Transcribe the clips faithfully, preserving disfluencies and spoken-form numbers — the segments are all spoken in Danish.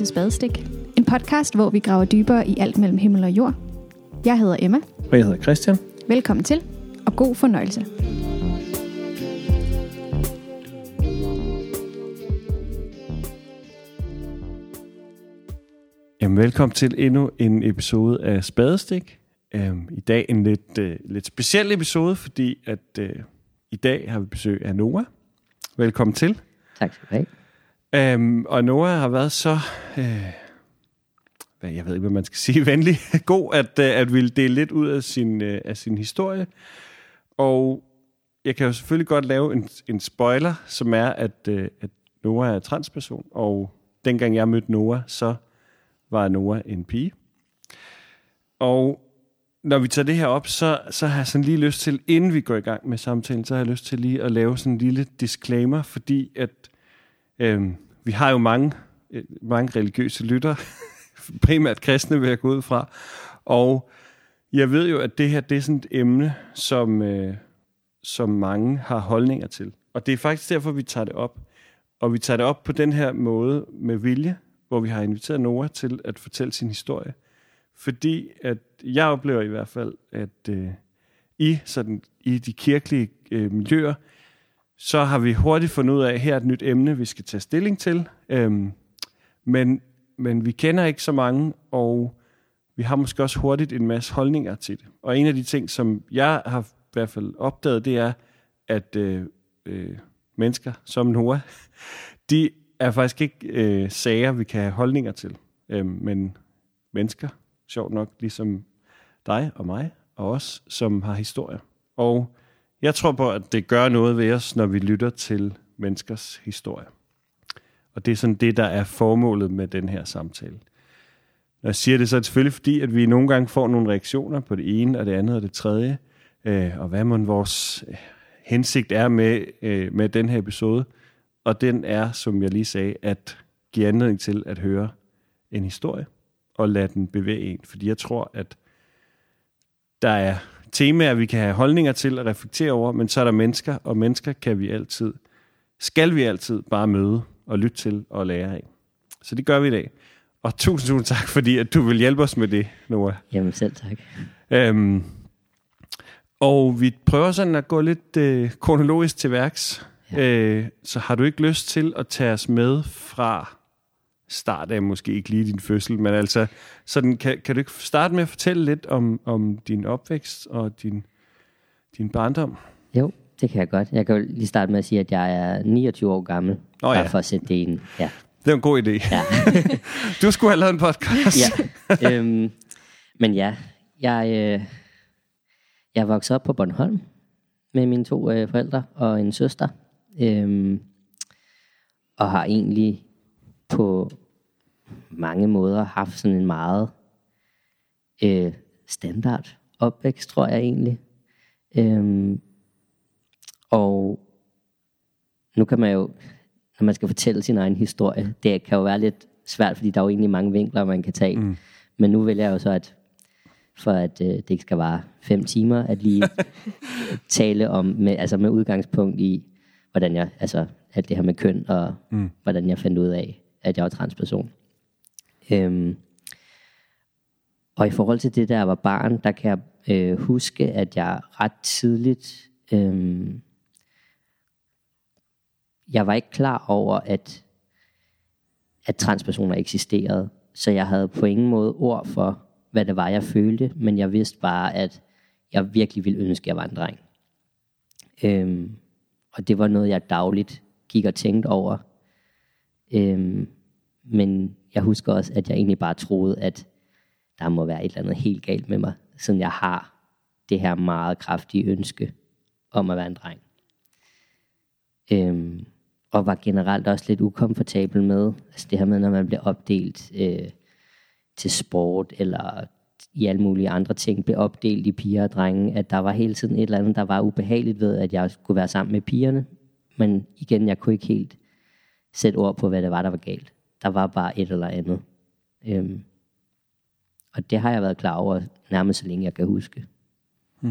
til Spadestik. En podcast, hvor vi graver dybere i alt mellem himmel og jord. Jeg hedder Emma. Og jeg hedder Christian. Velkommen til, og god fornøjelse. Jamen, velkommen til endnu en episode af Spadestik. Um, I dag en lidt, uh, lidt speciel episode, fordi at uh, i dag har vi besøg af Noah. Velkommen til. Tak skal du have. Um, og Noah har været så, uh, hvad, jeg ved ikke, hvad man skal sige, venlig, god, at, uh, at ville dele lidt ud af sin, uh, af sin historie. Og jeg kan jo selvfølgelig godt lave en, en spoiler, som er, at, uh, at Noah er transperson. Og dengang jeg mødte Noah, så var Noah en pige. Og når vi tager det her op, så, så har jeg sådan lige lyst til, inden vi går i gang med samtalen, så har jeg lyst til lige at lave sådan en lille disclaimer, fordi at øh, vi har jo mange, øh, mange religiøse lyttere, primært kristne vil jeg gå ud fra, og jeg ved jo, at det her, det er sådan et emne, som, øh, som mange har holdninger til. Og det er faktisk derfor, vi tager det op. Og vi tager det op på den her måde med vilje, hvor vi har inviteret Noah til at fortælle sin historie. Fordi at jeg oplever i hvert fald, at øh, i, sådan, i de kirkelige øh, miljøer, så har vi hurtigt fundet ud af, at her er et nyt emne, vi skal tage stilling til. Øhm, men, men vi kender ikke så mange, og vi har måske også hurtigt en masse holdninger til det. Og en af de ting, som jeg har i hvert fald opdaget, det er, at øh, øh, mennesker som Noah, de er faktisk ikke øh, sager, vi kan have holdninger til. Øhm, men mennesker, sjovt nok, ligesom dig og mig, og os, som har historier. Og jeg tror på, at det gør noget ved os, når vi lytter til menneskers historie. Og det er sådan det, der er formålet med den her samtale. Når jeg siger det, så er det selvfølgelig fordi, at vi nogle gange får nogle reaktioner på det ene, og det andet, og det tredje. Øh, og hvad man vores hensigt er med, øh, med den her episode. Og den er, som jeg lige sagde, at give anledning til at høre en historie, og lade den bevæge en. Fordi jeg tror, at der er temaer, vi kan have holdninger til at reflektere over, men så er der mennesker, og mennesker kan vi altid, skal vi altid bare møde og lytte til og lære af. Så det gør vi i dag. Og tusind, tusind tak, fordi at du vil hjælpe os med det, Noah. Jamen selv tak. Øhm, og vi prøver sådan at gå lidt øh, kronologisk til værks. Ja. Øh, så har du ikke lyst til at tage os med fra start af, måske ikke lige din fødsel, men altså, sådan, kan, kan du ikke starte med at fortælle lidt om, om din opvækst og din, din barndom? Jo, det kan jeg godt. Jeg kan jo lige starte med at sige, at jeg er niogtyve år gammel, oh, ja. for at sætte det ind. Ja. Det er en god idé. Ja. Du skulle have lavet en podcast. Ja. Øhm, men ja, jeg, øh, jeg voksede op på Bornholm med mine to øh, forældre og en søster, øhm, og har egentlig på mange måder haft sådan en meget øh, standard opvækst, tror jeg egentlig. Øhm, og nu kan man jo, når man skal fortælle sin egen historie, det kan jo være lidt svært, fordi der er jo egentlig mange vinkler, man kan tage. Mm. Men nu vælger jeg jo så, at for at øh, det ikke skal vare fem timer, at lige tale om, med, altså med udgangspunkt i, hvordan jeg, altså alt det her med køn, og mm. hvordan jeg fandt ud af, at jeg var transperson. Øhm, og i forhold til det, der var barn, der kan jeg øh, huske, at jeg ret tidligt, øh, jeg var ikke klar over, at, at transpersoner eksisterede. Så jeg havde på ingen måde ord for, hvad det var, jeg følte, men jeg vidste bare, at jeg virkelig ville ønske, at jeg var en dreng. Øhm, og det var noget, jeg dagligt gik og tænkte over. Øhm, men jeg husker også, at jeg egentlig bare troede, at der må være et eller andet helt galt med mig, siden jeg har det her meget kraftige ønske om at være en dreng. Øhm, og var generelt også lidt ukomfortabel med, altså det her med, når man bliver opdelt øh, til sport, eller i alle mulige andre ting, blev opdelt i piger og drenge, at der var hele tiden et eller andet, der var ubehageligt ved, at jeg skulle være sammen med pigerne. Men igen, jeg kunne ikke helt sætte ord på, hvad det var, der var galt. Der var bare et eller andet. Øhm, og det har jeg været klar over nærmest så længe jeg kan huske. Hmm.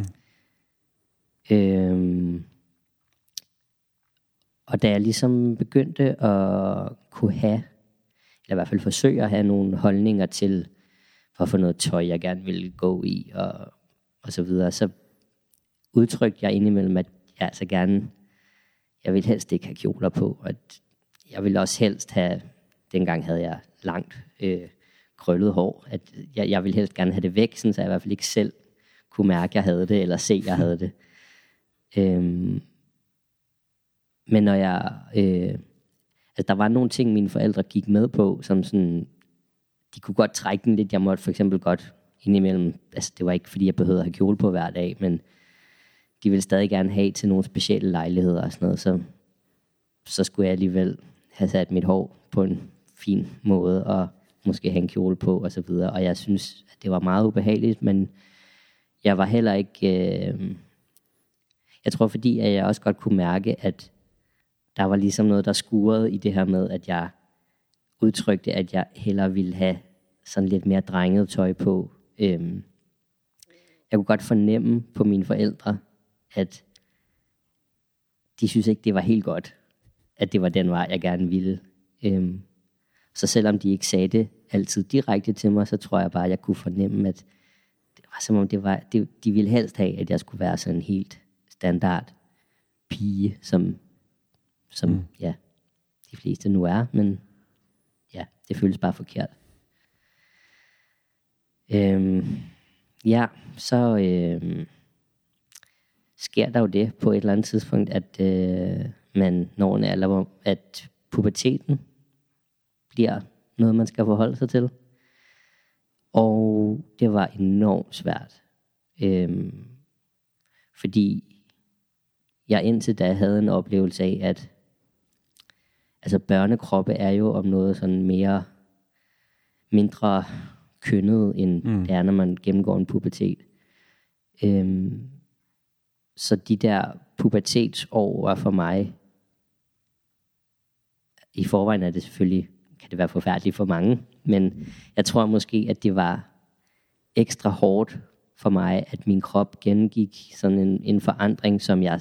Øhm, og da jeg ligesom begyndte at kunne have i hvert fald forsøge at have nogle holdninger til, for for noget tøj, jeg gerne vil gå i, og, og så videre. Så udtrykte jeg indimellem, at jeg altså gerne, jeg vil helst ikke have kjoler på, og at jeg vil også helst have, dengang havde jeg langt øh, krøllet hår, at jeg, jeg vil helst gerne have det væk, så jeg i hvert fald ikke selv kunne mærke, at jeg havde det, eller se, at jeg havde det. Øhm, men når jeg, øh, altså der var nogle ting, mine forældre gik med på, som sådan, de kunne godt trække den lidt. Jeg måtte for eksempel godt indimellem, altså det var ikke fordi, jeg behøvede at have kjole på hver dag, men de ville stadig gerne have til nogle specielle lejligheder og sådan noget, så, så skulle jeg alligevel have sat mit hår på en fin måde, og måske have en kjole på og så videre. Og jeg synes, at det var meget ubehageligt, men jeg var heller ikke... Øh, jeg tror, fordi at jeg også godt kunne mærke, at der var ligesom noget, der skurede i det her med, at jeg udtrykte, at jeg hellere ville have sådan lidt mere drenget tøj på. Øhm, jeg kunne godt fornemme på mine forældre, at de synes ikke, det var helt godt, at det var den vej, jeg gerne ville. Øhm, så selvom de ikke sagde det altid direkte til mig, så tror jeg bare, at jeg kunne fornemme, at det var som om, det var, det, de ville helst have, at jeg skulle være sådan helt standard pige, som, som mm. ja, de fleste nu er, men ja, det føles bare forkert. Øhm, ja, så øhm, sker der jo det på et eller andet tidspunkt, at øh, man når en alder, hvor at puberteten bliver noget, man skal forholde sig til. Og det var enormt svært. Øhm, fordi jeg indtil da havde en oplevelse af, at altså børnekroppe er jo om noget sådan mere mindre kønnet, end mm. det er, når man gennemgår en pubertet. Øhm, så de der pubertetsår var for mig, i forvejen er det selvfølgelig, kan det være forfærdeligt for mange, men jeg tror måske, at det var ekstra hårdt for mig, at min krop gennemgik sådan en, en forandring, som jeg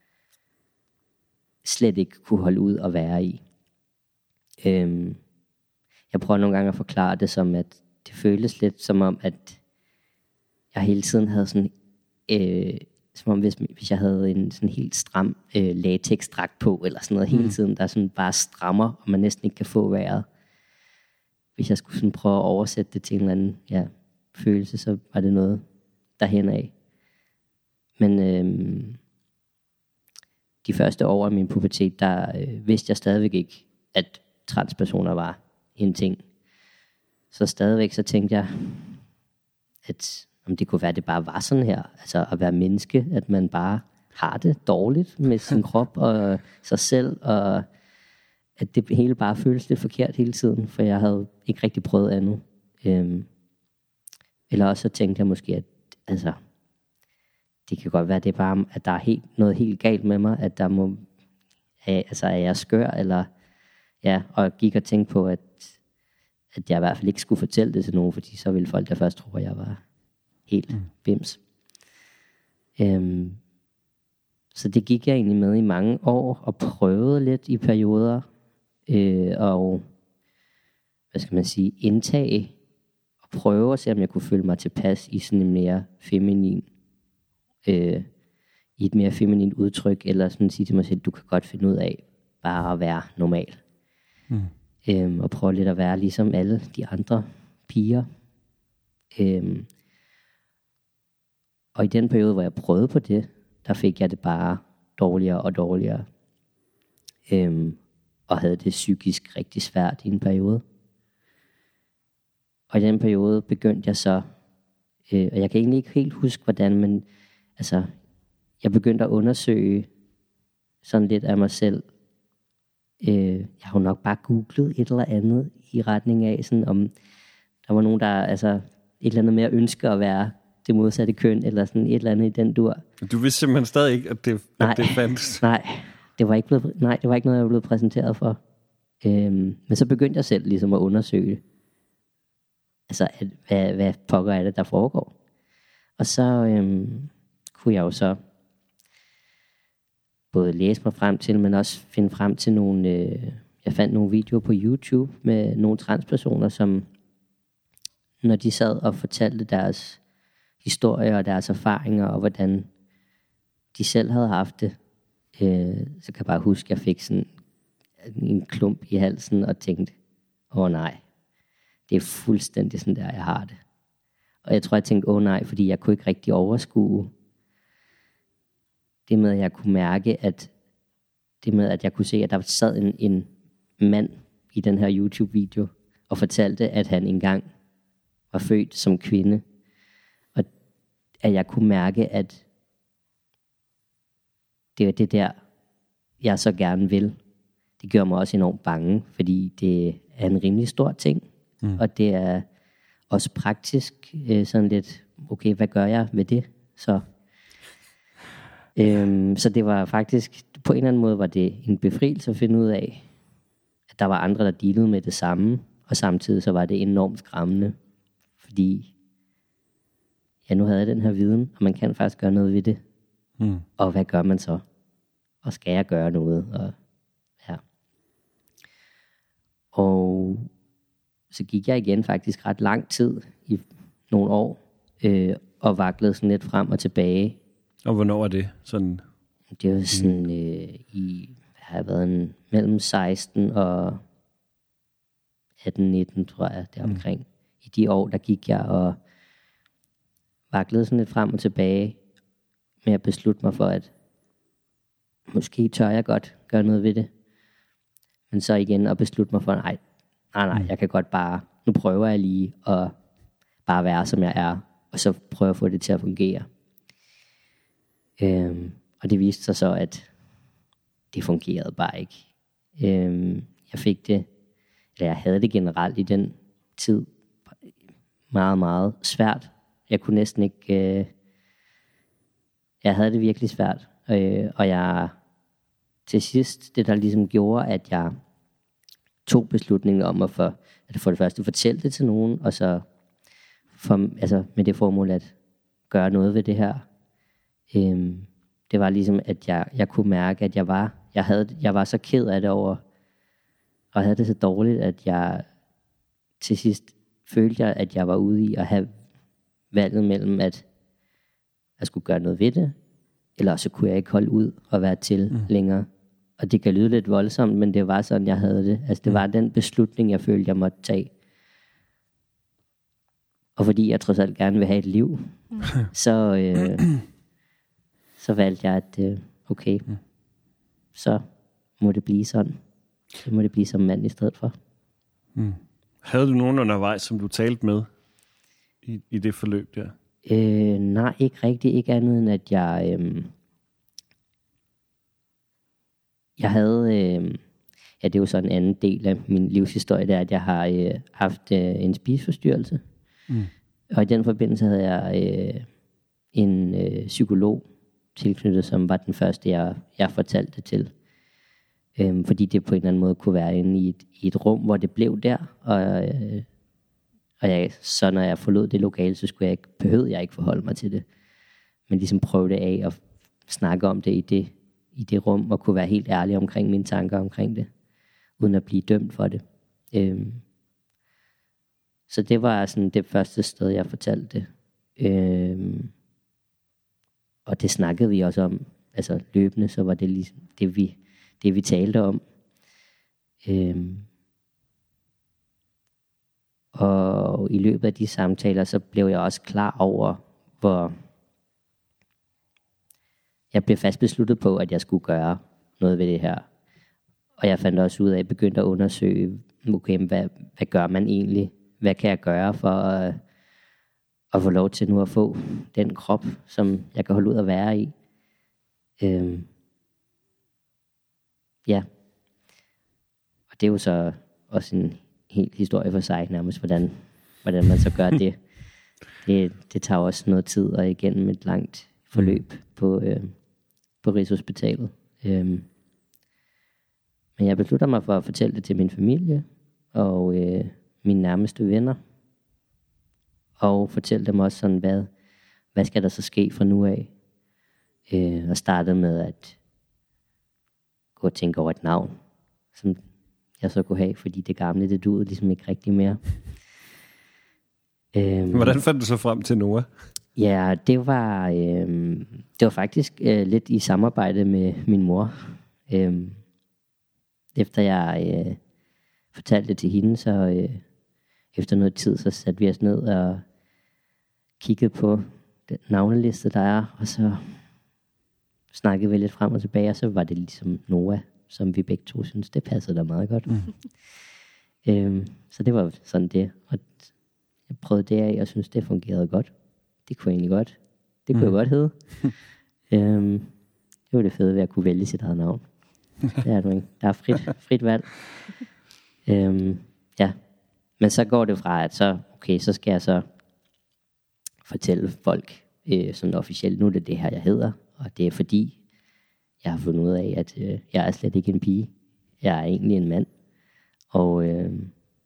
slet ikke kunne holde ud at være i. Øhm, jeg prøver nogle gange at forklare det som, at det føltes lidt som om, at jeg hele tiden havde sådan, øh, som om hvis, hvis jeg havde en sådan helt stram øh, latexdragt på, eller sådan noget mm. hele tiden, der sådan bare strammer, og man næsten ikke kan få vejret. Hvis jeg skulle sådan prøve at oversætte det til en eller anden ja, følelse, så var det noget derhen af. Men øh, de første år af min pubertet, der øh, vidste jeg stadigvæk ikke, at transpersoner var en ting. Så stadigvæk så tænkte jeg, at om det kunne være, at det bare var sådan her. Altså at være menneske, at man bare har det dårligt med sin krop og sig selv, og at det hele bare føles lidt forkert hele tiden, for jeg havde ikke rigtig prøvet andet. Øhm, eller også så tænkte jeg måske, at altså, det kan godt være, at det er bare, at der er helt, noget helt galt med mig, at der må, altså er jeg skør, eller ja, og jeg gik og tænkte på, at, at jeg i hvert fald ikke skulle fortælle det til nogen, fordi så ville folk der først tro, at jeg var helt mm. bims. Øhm, så det gik jeg egentlig med i mange år, og prøvede lidt i perioder, øh, og hvad skal man sige, indtage, og prøve at se, om jeg kunne føle mig tilpas i sådan en mere feminin, øh, i et mere feminin udtryk, eller sådan sige til mig selv, du kan godt finde ud af bare at være normal. Mm. Øhm, og prøve lidt at være ligesom alle de andre piger. Øhm, og i den periode, hvor jeg prøvede på det, der fik jeg det bare dårligere og dårligere. Øhm, og havde det psykisk rigtig svært i en periode. Og i den periode begyndte jeg så, øh, og jeg kan egentlig ikke helt huske, hvordan, men altså, jeg begyndte at undersøge sådan lidt af mig selv. Øh, jeg har jo nok bare googlet et eller andet i retning af, sådan om der var nogen, der altså et eller andet mere ønsker at være det modsatte køn, eller sådan et eller andet i den dur. Du vidste simpelthen stadig ikke, at det, nej, at det fandtes? Nej, det var ikke blevet, nej, det var ikke noget, jeg var blevet præsenteret for. Øhm, men så begyndte jeg selv ligesom at undersøge, altså at, hvad, hvad pokker er det, der foregår. Og så øhm, kunne jeg jo så både læse mig frem til, men også finde frem til nogle, øh, jeg fandt nogle videoer på YouTube med nogle transpersoner, som når de sad og fortalte deres historier og deres erfaringer, og hvordan de selv havde haft det, øh, så kan jeg bare huske, at jeg fik sådan en klump i halsen og tænkte, åh nej, det er fuldstændig sådan der, jeg har det. Og jeg tror, jeg tænkte, åh nej, fordi jeg kunne ikke rigtig overskue det med, at jeg kunne mærke, at det med, at jeg kunne se, at der sad en, en mand i den her YouTube-video og fortalte, at han engang var født som kvinde. Og at jeg kunne mærke, at det er det der, jeg så gerne vil. Det gør mig også enormt bange, fordi det er en rimelig stor ting. Mm. Og det er også praktisk øh, sådan lidt, okay, hvad gør jeg ved det? Så, øhm, så det var faktisk, på en eller anden måde var det en befrielse at finde ud af, at der var andre, der dealede med det samme. Og samtidig så var det enormt skræmmende, fordi ja, nu havde jeg den her viden, og man kan faktisk gøre noget ved det. Mm. Og hvad gør man så? Og skal jeg gøre noget? Og, ja. og så gik jeg igen faktisk ret lang tid, i nogle år, øh, og vaklede sådan lidt frem og tilbage. Og hvornår er det? Sådan... Det var sådan øh, i, har jeg været en, mellem seksten og atten nitten, tror jeg, deromkring. Mm. I de år, der gik jeg og vaklede sådan lidt frem og tilbage med at beslutte mig for, at måske tør jeg godt gøre noget ved det. Men så igen at beslutte mig for, nej, nej, nej, jeg kan godt bare, nu prøver jeg lige at bare være, som jeg er, og så prøve at få det til at fungere. Øhm, og det viste sig så, at det fungerede bare ikke. Øhm, jeg fik det, eller jeg havde det generelt i den tid, meget, meget svært. Jeg kunne næsten ikke, øh, jeg havde det virkelig svært. Øh, og jeg, til sidst, det der ligesom gjorde, at jeg tog beslutningen om at for, at for det første fortælle det til nogen, og så for, altså med det formål at gøre noget ved det her. Øhm, det var ligesom, at jeg, jeg kunne mærke, at jeg var, jeg, havde, jeg var så ked af det over, og havde det så dårligt, at jeg til sidst følte jeg, at jeg var ude i at have valget mellem, at jeg skulle gøre noget ved det, eller så kunne jeg ikke holde ud og være til mm. længere. Og det kan lyde lidt voldsomt, men det var sådan, jeg havde det. Altså, det mm. var den beslutning, jeg følte, jeg måtte tage. Og fordi jeg trods alt gerne vil have et liv, mm. så, øh, så valgte jeg, at øh, okay, mm. så må det blive sådan. Så må det blive som mand i stedet for. Mm. Havde du nogen undervejs, som du talte med i, i det forløb der? Øh, nej, ikke rigtig. Ikke andet end, at jeg... Øh, jeg havde... Øh, ja, det er jo så en anden del af min livshistorie, det er, at jeg har øh, haft øh, en spiseforstyrrelse. Mm. Og i den forbindelse havde jeg øh, en øh, psykolog tilknyttet, som var den første, jeg, jeg fortalte det til. Øhm, fordi det på en eller anden måde kunne være inde i et, i et rum, hvor det blev der. Og, øh, og jeg, så når jeg forlod det lokale, så skulle jeg ikke, behøvede jeg ikke forholde mig til det. Men ligesom prøve det af og snakke om det i det, i det rum, og kunne være helt ærlig omkring mine tanker omkring det, uden at blive dømt for det. Øhm, så det var sådan det første sted, jeg fortalte det. Øhm, og det snakkede vi også om, altså løbende, så var det ligesom det, vi det vi talte om. Øhm. Og i løbet af de samtaler, så blev jeg også klar over, hvor jeg blev fast besluttet på, at jeg skulle gøre noget ved det her. Og jeg fandt også ud af, at jeg begyndte at undersøge, okay, hvad, hvad gør man egentlig? Hvad kan jeg gøre for at, at få lov til nu at få den krop, som jeg kan holde ud at være i? Øhm. Ja. Og det er jo så også en helt historie for sig nærmest, hvordan, hvordan man så gør det. det. Det tager også noget tid og igennem et langt forløb på, øh, på Rigshospitalet. Øhm. Men jeg beslutter mig for at fortælle det til min familie og øh, mine nærmeste venner. Og fortælle dem også sådan, hvad, hvad skal der så ske fra nu af? Øh, og startede med at gå og tænke over et navn, som jeg så kunne have, fordi det gamle, det duede ligesom ikke rigtig mere. øhm, Hvordan fandt du så frem til Noah? Ja, det var, øhm, det var faktisk øh, lidt i samarbejde med min mor. Øhm, efter jeg øh, fortalte det til hende, så øh, efter noget tid, så satte vi os ned og kiggede på den navneliste, der er, og så snakkede vi lidt frem og tilbage, og så var det ligesom Noah, som vi begge to synes, det passede da meget godt. Mm. øhm, så det var sådan det, og jeg prøvede det af, og synes det fungerede godt. Det kunne jeg egentlig godt. Det kunne mm. jeg godt hedde. øhm, det var det fede ved at kunne vælge sit eget navn. Det er du ikke. Der er frit, frit valg. øhm, ja. Men så går det fra, at så, okay, så skal jeg så fortælle folk øh, sådan officielt, nu er det det her, jeg hedder. Og det er fordi, jeg har fundet ud af, at øh, jeg er slet ikke en pige. Jeg er egentlig en mand. Og, øh,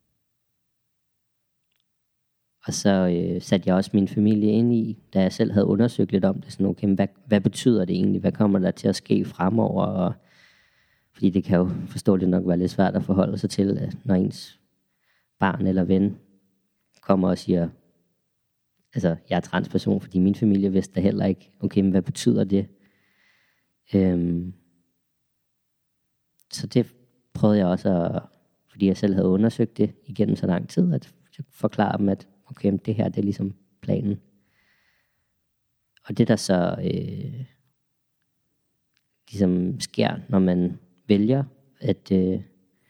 og så øh, satte jeg også min familie ind i, da jeg selv havde undersøgt lidt om det. Sådan, okay, hvad, hvad betyder det egentlig? Hvad kommer der til at ske fremover? Og, fordi det kan jo forståeligt nok være lidt svært at forholde sig til, at når ens barn eller ven kommer og siger, altså jeg er transperson, fordi min familie vidste da heller ikke, okay, men hvad betyder det? Øhm, så det prøvede jeg også, at, fordi jeg selv havde undersøgt det igennem så lang tid, at forklare dem, at okay, men det her, det er ligesom planen. Og det der så øh, ligesom sker, når man vælger at, øh,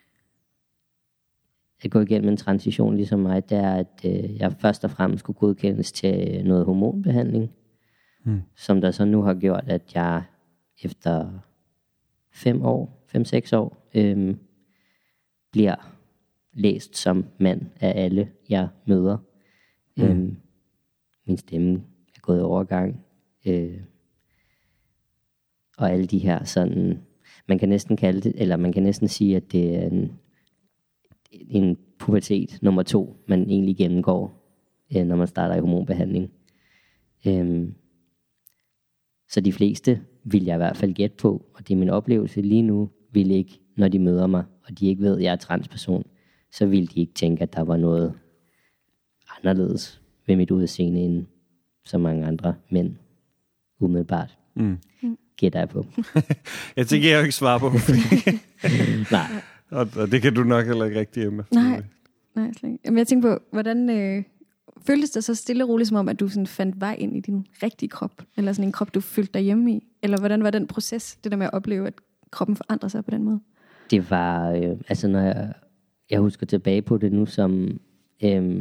at gå igennem en transition ligesom mig, det er, at øh, jeg først og fremmest skulle godkendes til noget hormonbehandling, mm. som der så nu har gjort, at jeg efter fem år, fem, seks år, øh, bliver læst som mand af alle, jeg møder. Mm. Øh, min stemme er gået i overgang. Øh, og alle de her sådan, man kan næsten kalde det, eller man kan næsten sige, at det er en, en pubertet nummer to, man egentlig gennemgår, øh, når man starter i hormonbehandling. Øh, så de fleste vil jeg i hvert fald gætte på, og det er min oplevelse lige nu, vil ikke, når de møder mig, og de ikke ved, at jeg er transperson, så vil de ikke tænke, at der var noget anderledes ved mit udseende end så mange andre mænd, umiddelbart. Mm. Gætter jeg på. Jeg tænker, jeg jo ikke svare på. Nej. Og, og det kan du nok heller ikke rigtig hjemme. Nej, nej slet ikke. Men jeg tænker på, hvordan øh, føltes det så stille og roligt, som om, at du sådan fandt vej ind i din rigtige krop? Eller sådan en krop, du følte dig hjemme i? Eller hvordan var den proces, det der med at opleve, at kroppen forandrer sig på den måde? Det var, øh, altså når jeg, jeg husker tilbage på det nu, som øh,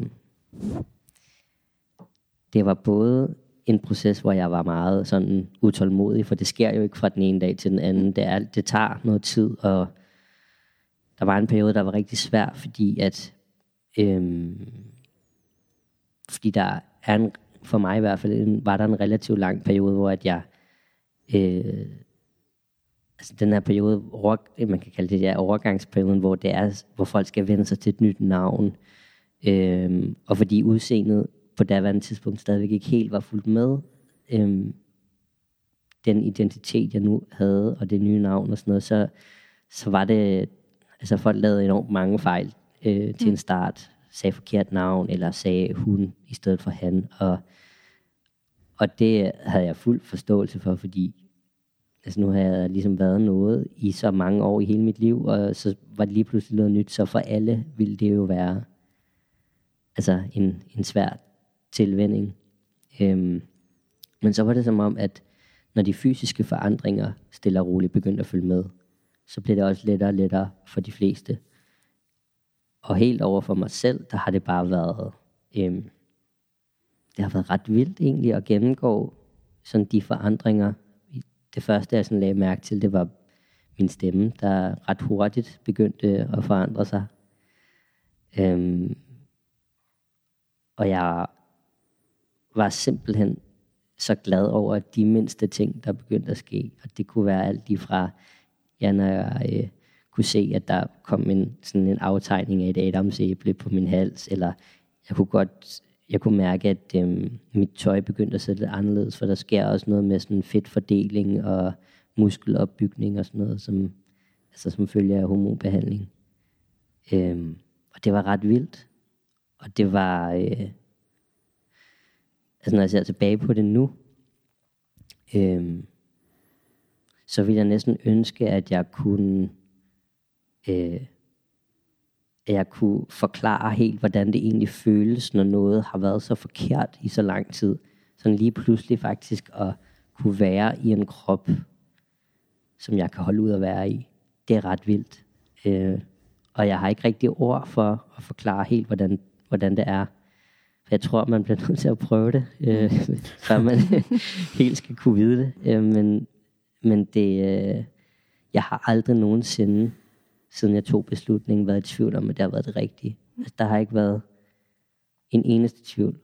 det var både en proces, hvor jeg var meget sådan utålmodig, for det sker jo ikke fra den ene dag til den anden. Det, er, det tager noget tid, og der var en periode, der var rigtig svær, fordi at øhm, fordi der er en, for mig i hvert fald, en, var der en relativt lang periode, hvor at jeg øh, altså den her periode, over, man kan kalde det ja, overgangsperioden, hvor det er, hvor folk skal vende sig til et nyt navn, øhm, og fordi udseendet på daværende tidspunkt stadigvæk ikke helt var fuldt med øhm, den identitet, jeg nu havde, og det nye navn og sådan noget, så, så var det, altså folk lavede enormt mange fejl øh, til mm. en start, sagde forkert navn, eller sagde hun i stedet for han, og, og det havde jeg fuld forståelse for, fordi altså nu har jeg ligesom været noget i så mange år i hele mit liv, og så var det lige pludselig noget nyt, så for alle ville det jo være altså en, en svær tilvænning. Øhm, men så var det som om, at når de fysiske forandringer stille og roligt begyndte at følge med, så blev det også lettere og lettere for de fleste. Og helt over for mig selv, der har det bare været, øhm, det har været ret vildt egentlig at gennemgå sådan de forandringer. Det første, jeg sådan lagde mærke til, det var min stemme, der ret hurtigt begyndte at forandre sig. Øhm, og jeg var simpelthen så glad over de mindste ting, der begyndte at ske. Og det kunne være alt lige fra, ja, når jeg øh, kunne se, at der kom en, sådan en aftegning af et adamsæble på min hals, eller jeg kunne godt, jeg kunne mærke, at øh, mit tøj begyndte at se lidt anderledes, for der sker også noget med sådan fedtfordeling og muskelopbygning og sådan noget, som, altså, som følger af hormonbehandling. Øhm, og det var ret vildt. Og det var... Øh, altså når jeg ser tilbage på det nu, øhm, så ville jeg næsten ønske, at jeg kunne... Øh, at jeg kunne forklare helt, hvordan det egentlig føles, når noget har været så forkert i så lang tid. Sådan lige pludselig faktisk at kunne være i en krop, som jeg kan holde ud at være i. Det er ret vildt. Øh, og jeg har ikke rigtig ord for at forklare helt, hvordan, hvordan det er. For jeg tror, man bliver nødt til at prøve det, øh, før man helt skal kunne vide det. Øh, men, men det, øh, jeg har aldrig nogensinde, siden jeg tog beslutningen, været i tvivl om, at det har været det rigtige. Altså, der har ikke været en eneste tvivl.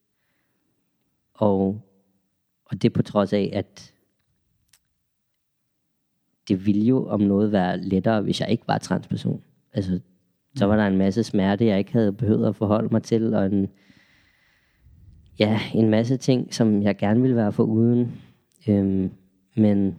Og, og det på trods af, at det ville jo om noget være lettere, hvis jeg ikke var transperson. Altså, så var der en masse smerte, jeg ikke havde behøvet at forholde mig til, og en, ja, en masse ting, som jeg gerne ville være foruden. Øhm, men,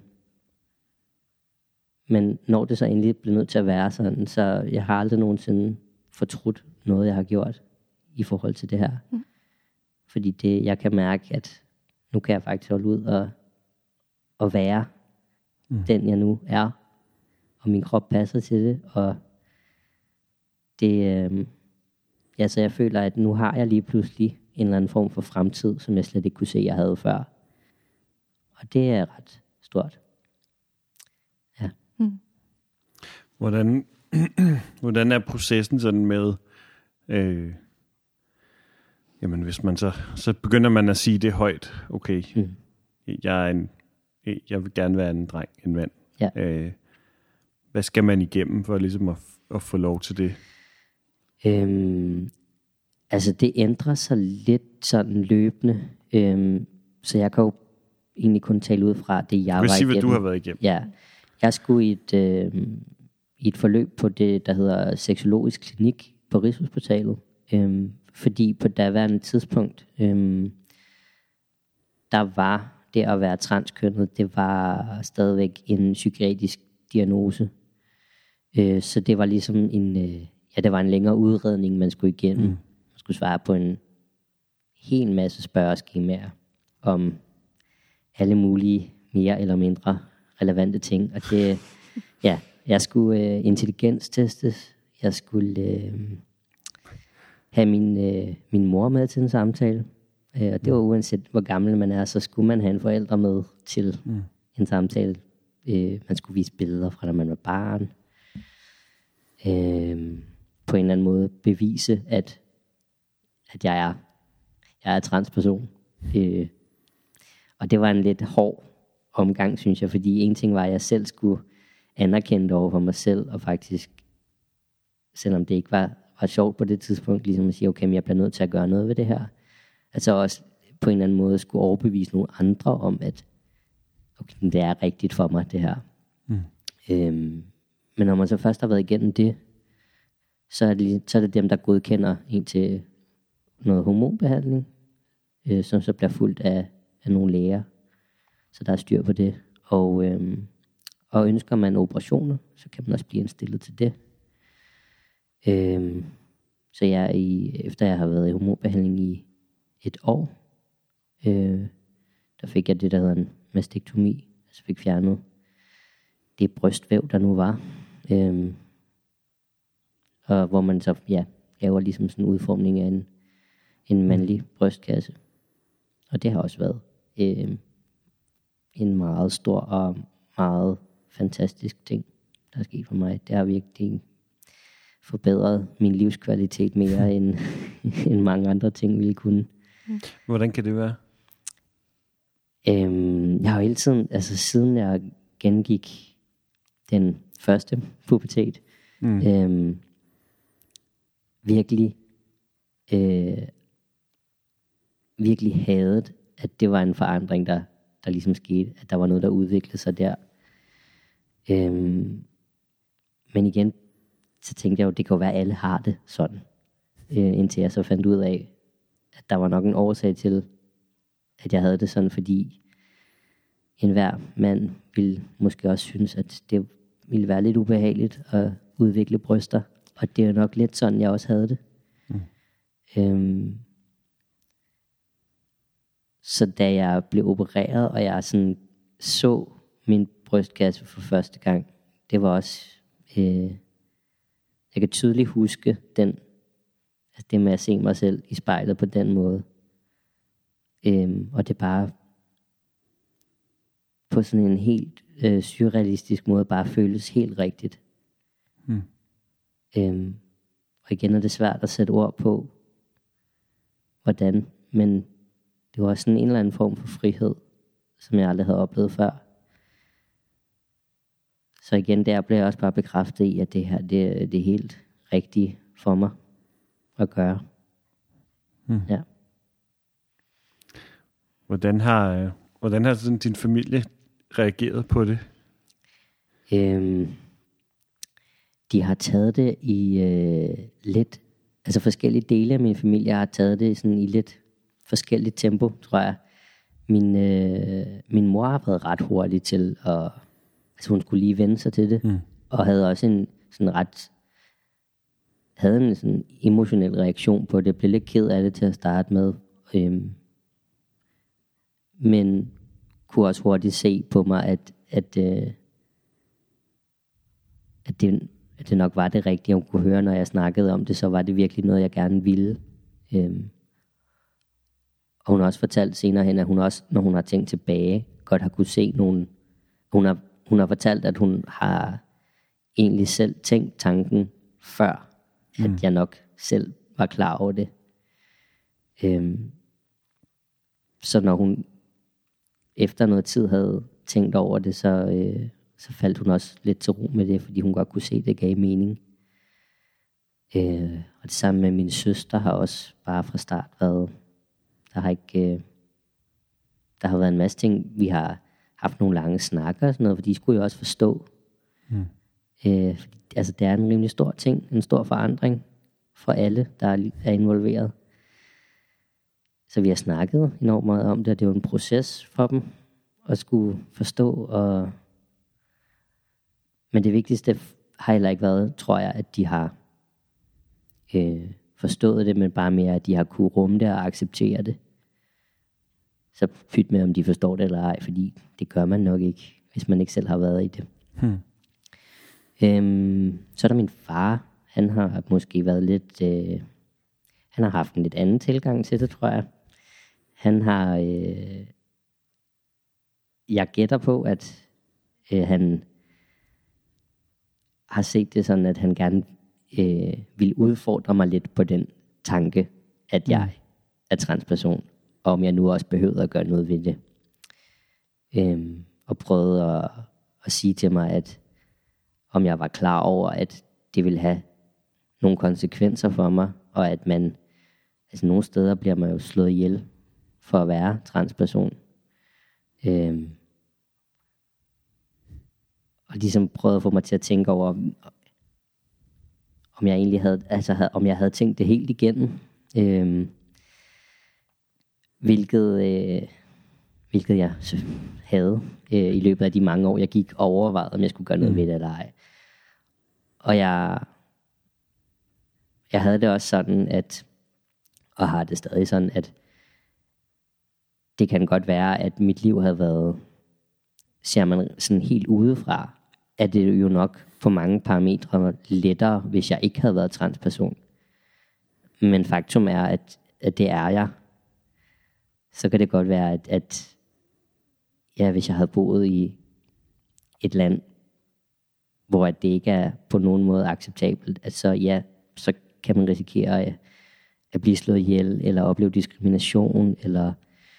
men når det så endelig blev nødt til at være sådan, så jeg har aldrig nogensinde fortrudt noget, jeg har gjort i forhold til det her. Mm. Fordi det, jeg kan mærke, at nu kan jeg faktisk holde ud og, og være mm. den, jeg nu er. Og min krop passer til det. Og det, øh, ja, så jeg føler, at nu har jeg lige pludselig en eller anden form for fremtid, som jeg slet ikke kunne se, jeg havde før. Og det er ret stort. Ja. Mm. Hvordan, hvordan er processen sådan med... Øh Jamen, hvis man så, så begynder man at sige det højt. Okay, mm. jeg, er en, jeg vil gerne være en dreng, en mand. Ja. Øh, hvad skal man igennem for ligesom at, at få lov til det? Øhm, altså, det ændrer sig lidt sådan løbende. Øhm, så jeg kan jo egentlig kun tale ud fra det, jeg var sige, igennem. hvad du har været igennem. Ja. Jeg skulle i et, øh, i et forløb på det, der hedder Sexologisk Klinik på Rigshospitalet. Øhm, fordi på daværende tidspunkt, øhm, der var det at være transkønnet, det var stadigvæk en psykiatrisk diagnose. Øh, så det var ligesom en, øh, ja, det var en længere udredning, man skulle igennem. Mm. Man skulle svare på en hel masse spørgeskemaer om alle mulige mere eller mindre relevante ting. Og det, ja, jeg skulle øh, intelligenstestes, jeg skulle... Øh, have min, øh, min mor med til en samtale. Øh, og det var uanset, hvor gammel man er, så skulle man have en forælder med til mm. en samtale. Øh, man skulle vise billeder fra, da man var barn. Øh, på en eller anden måde bevise, at, at jeg er, jeg er transperson. Øh, og det var en lidt hård omgang, synes jeg, fordi en ting var, at jeg selv skulle anerkende det over for mig selv, og faktisk, selvom det ikke var var sjovt på det tidspunkt, ligesom at sige, okay, men jeg bliver nødt til at gøre noget ved det her. Altså også på en eller anden måde skulle overbevise nogle andre om, at okay, det er rigtigt for mig, det her. Mm. Øhm, men når man så først har været igennem det, så er det, så er det dem, der godkender en til noget hormonbehandling, øh, som så bliver fulgt af, af nogle læger. Så der er styr på det. Og, øhm, og ønsker man operationer, så kan man også blive indstillet til det. Øhm, så jeg i, efter jeg har været i hormonbehandling i et år, øh, der fik jeg det, der hedder en mastektomi. Altså fik fjernet det brystvæv, der nu var. Øhm, og hvor man så ja, laver ligesom sådan en udformning af en, en mandlig brystkasse. Og det har også været øh, en meget stor og meget fantastisk ting, der er sket for mig. Det har virkelig forbedret min livskvalitet mere end, end mange andre ting ville kunne. Hvordan kan det være? Øhm, jeg har jo hele tiden, altså siden jeg gengik den første pubertet, mm. øhm, virkelig, øh, virkelig hadet, at det var en forandring, der, der ligesom skete, at der var noget, der udviklede sig der. Øhm, men igen, så tænkte jeg jo, det kan jo være, at alle har det sådan. Øh, indtil jeg så fandt ud af, at der var nok en årsag til, at jeg havde det sådan, fordi enhver mand ville måske også synes, at det ville være lidt ubehageligt at udvikle bryster. og det er nok lidt sådan, jeg også havde det. Mm. Øhm, så da jeg blev opereret, og jeg sådan så min brystkasse for første gang, det var også, øh, jeg kan tydeligt huske den, altså det med at se mig selv i spejlet på den måde. Øhm, og det bare på sådan en helt øh, surrealistisk måde bare føles helt rigtigt. Mm. Øhm, og igen er det svært at sætte ord på, hvordan, men det var sådan en eller anden form for frihed, som jeg aldrig havde oplevet før. Så igen, der blev jeg også bare bekræftet i, at det her, det, det er helt rigtigt for mig at gøre. Mm. Ja. Hvordan har, hvordan har sådan din familie reageret på det? Øhm, de har taget det i øh, lidt, altså forskellige dele af min familie har taget det sådan i lidt forskelligt tempo, tror jeg. Min, øh, min mor har været ret hurtig til at, altså hun skulle lige vende sig til det, mm. og havde også en sådan ret, havde en sådan emotionel reaktion på det, blev lidt ked af det til at starte med, øhm, men kunne også hurtigt se på mig, at, at, øh, at, det, at det nok var det rigtige, hun kunne høre, når jeg snakkede om det, så var det virkelig noget, jeg gerne ville. Øhm, og hun har også fortalt senere hen, at hun også, når hun har tænkt tilbage, godt har kunne se nogle, hun har, hun har fortalt, at hun har egentlig selv tænkt tanken før, mm. at jeg nok selv var klar over det. Øhm, så når hun efter noget tid havde tænkt over det, så, øh, så faldt hun også lidt til ro med det, fordi hun godt kunne se, at det gav mening. Øh, og det samme med min søster har også bare fra start været, der har ikke, øh, der har været en masse ting, vi har haft nogle lange snakker og sådan noget, for de skulle jo også forstå. Mm. Øh, fordi, altså det er en rimelig stor ting, en stor forandring for alle, der er involveret. Så vi har snakket enormt meget om det, og det er jo en proces for dem at skulle forstå. Og men det vigtigste har heller ikke været, tror jeg, at de har øh, forstået det, men bare mere, at de har kunne rumme det og acceptere det. Så pyt med, om de forstår det eller ej, fordi det gør man nok ikke, hvis man ikke selv har været i det. Hmm. Øhm, så er der min far. Han har måske været lidt... Øh, han har haft en lidt anden tilgang til det, tror jeg. Han har... Øh, jeg gætter på, at øh, han har set det sådan, at han gerne øh, vil udfordre mig lidt på den tanke, at jeg mm. er transperson, og om jeg nu også behøvede at gøre noget ved det. Øhm, og prøvede at, at sige til mig, at om jeg var klar over, at det ville have nogle konsekvenser for mig, og at man, altså nogle steder bliver man jo slået ihjel for at være transperson. Øhm, og ligesom prøvede at få mig til at tænke over, om jeg egentlig havde, altså havde, om jeg havde tænkt det helt igennem. Øhm, hvilket, øh, hvilket jeg havde øh, i løbet af de mange år, jeg gik og overvejede, om jeg skulle gøre noget mm. ved det eller ej. Og jeg, jeg havde det også sådan, at, og har det stadig sådan, at det kan godt være, at mit liv havde været, ser man sådan helt udefra, at det jo nok på mange parametre lettere, hvis jeg ikke havde været transperson. Men faktum er, at, at det er jeg. Så kan det godt være, at, at ja, hvis jeg havde boet i et land, hvor det ikke er på nogen måde acceptabelt, at så ja, så kan man risikere at, at blive slået ihjel, eller opleve diskrimination, eller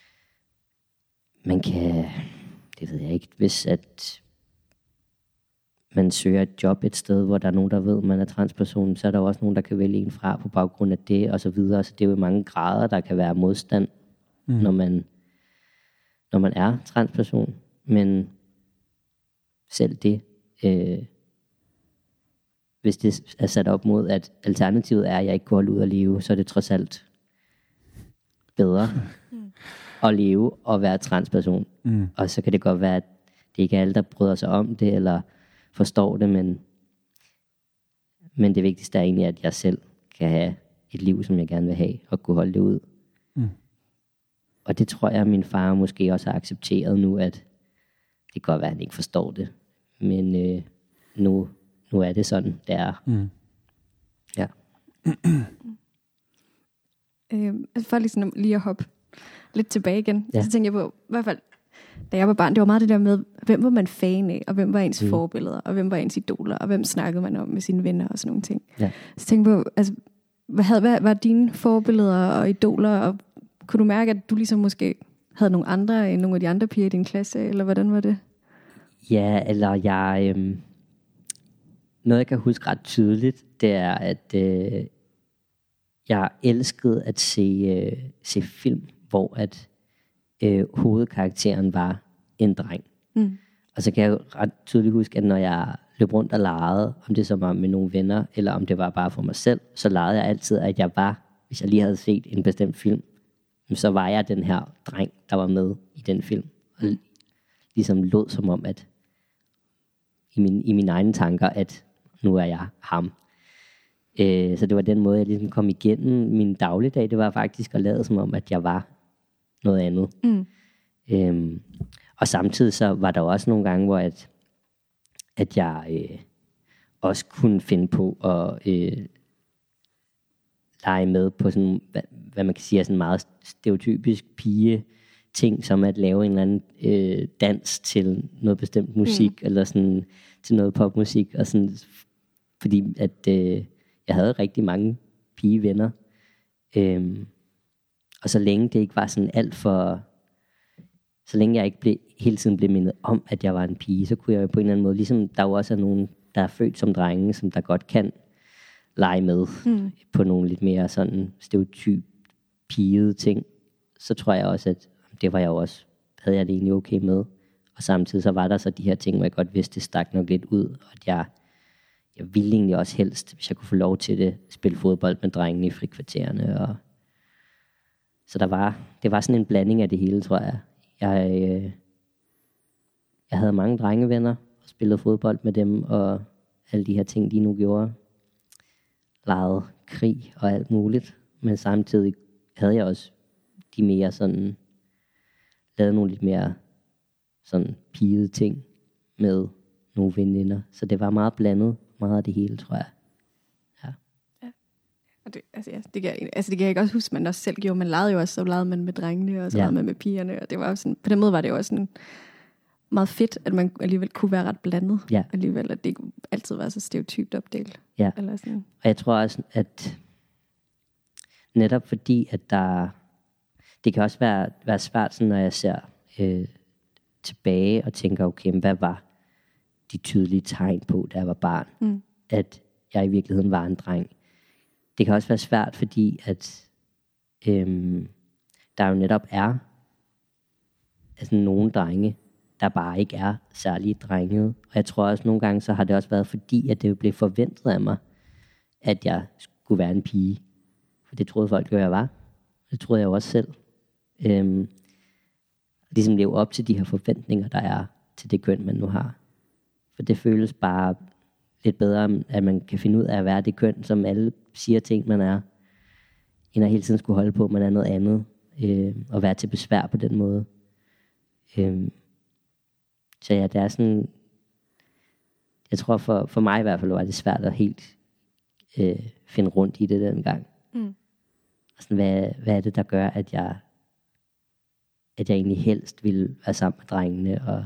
man kan, det ved jeg ikke, hvis at man søger et job et sted, hvor der er nogen, der ved, at man er transperson, så er der også nogen, der kan vælge en fra på baggrund af det, og så videre. Så det er jo i mange grader, der kan være modstand, mm. når, man, når man er transperson. Men selv det, øh, hvis det er sat op mod, at alternativet er, at jeg ikke går ud og leve, så er det trods alt bedre mm. at leve og være transperson. Mm. Og så kan det godt være, at det ikke er alle, der bryder sig om det, eller forstår det, men, Men det vigtigste er egentlig, at jeg selv kan have et liv, som jeg gerne vil have, og kunne holde det ud. Mm. Og det tror jeg, at min far måske også har accepteret nu, at det kan godt være, at han ikke forstår det. Men øh, nu, nu er det sådan, det er. Mm. Ja. øh, altså for lige, sådan, lige at hoppe lidt tilbage igen, ja. Så tænker jeg på, i hvert fald, da jeg var barn, det var meget det der med, hvem var man fan af, og hvem var ens mm. forbilleder, og hvem var ens idoler, og hvem snakkede man om med sine venner og sådan nogle ting. Ja. Så tænkte jeg på, altså, hvad, havde, hvad var dine forbilleder og idoler, og kunne du mærke, at du ligesom måske havde nogle andre end nogle af de andre piger i din klasse, eller hvordan var det? Ja, eller jeg... Øhm, noget, jeg kan huske ret tydeligt, det er, at øh, jeg elskede at se, øh, se film, hvor at øh, hovedkarakteren var en dreng. Mm. Og så kan jeg jo ret tydeligt huske, at når jeg løb rundt og legede, om det så var med nogle venner, eller om det var bare for mig selv, så legede jeg altid, at jeg var, hvis jeg lige havde set en bestemt film, så var jeg den her dreng, der var med i den film. Og ligesom lød som om, at i, min, i mine egne tanker, at nu er jeg ham. Øh, så det var den måde, jeg ligesom kom igennem min dagligdag. Det var faktisk at lade som om, at jeg var noget andet. Mm. Øhm, og samtidig så var der også nogle gange, hvor at, at jeg øh, også kunne finde på at øh, lege med på sådan, hvad, hvad man kan sige er sådan meget stereotypisk pige ting, som at lave en eller anden øh, dans til noget bestemt musik, mm. eller sådan til noget popmusik, og sådan, fordi at øh, jeg havde rigtig mange pigevenner. Øhm, og så længe det ikke var sådan alt for, så længe jeg ikke blev, hele tiden blev mindet om, at jeg var en pige, så kunne jeg jo på en eller anden måde, ligesom der jo også er nogen, der er født som drenge, som der godt kan lege med mm. på nogle lidt mere sådan stereotyp pigede ting, så tror jeg også, at det var jeg også, havde jeg det egentlig okay med. Og samtidig så var der så de her ting, hvor jeg godt vidste, det stak nok lidt ud, og at jeg, jeg ville egentlig også helst, hvis jeg kunne få lov til det, spille fodbold med drengene i frikvartererne. Og så der var, det var sådan en blanding af det hele, tror jeg. Jeg, øh, jeg havde mange drengevenner, og spillede fodbold med dem, og alle de her ting, de nu gjorde. Legede krig og alt muligt. Men samtidig havde jeg også de mere sådan, lavede nogle lidt mere sådan pigede ting med nogle veninder. Så det var meget blandet, meget af det hele, tror jeg. Ja. Ja. Og det, altså, ja, det, kan, altså, det kan jeg ikke også huske, man også selv gjorde. Man legede jo også, så legede man med drengene, og så ja. legede man med pigerne. Og det var jo sådan, på den måde var det jo også sådan meget fedt, at man alligevel kunne være ret blandet. Ja. Alligevel, at det ikke altid var så stereotypt opdelt. Ja. Eller sådan. Og jeg tror også, at netop fordi, at der, det kan også være, være svært, sådan, når jeg ser øh, tilbage og tænker, okay, hvad var de tydelige tegn på, da jeg var barn, mm. at jeg i virkeligheden var en dreng. Det kan også være svært, fordi at øhm, der jo netop er altså nogle drenge, der bare ikke er særlig drengede. Og jeg tror også nogle gange, så har det også været fordi, at det blev forventet af mig, at jeg skulle være en pige. For det troede folk jo, jeg var. Det troede jeg jo også selv. Øhm, ligesom leve op til de her forventninger, der er til det køn, man nu har. For det føles bare lidt bedre, at man kan finde ud af at være det køn, som alle siger ting, man er, end at hele tiden skulle holde på, at man er noget andet, øh, og være til besvær på den måde. Øh, så ja, det er sådan, jeg tror for, for mig i hvert fald var det svært at helt øh, finde rundt i det dengang. Mm. Og sådan, hvad, hvad er det, der gør, at jeg, at jeg egentlig helst ville være sammen med drengene, og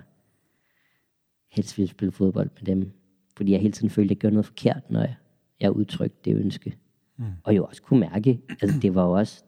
helst ville spille fodbold med dem. Fordi jeg hele tiden følte, at jeg gjorde noget forkert, når jeg, jeg udtrykte det ønske. Mm. Og jeg også kunne mærke, altså det var jo også,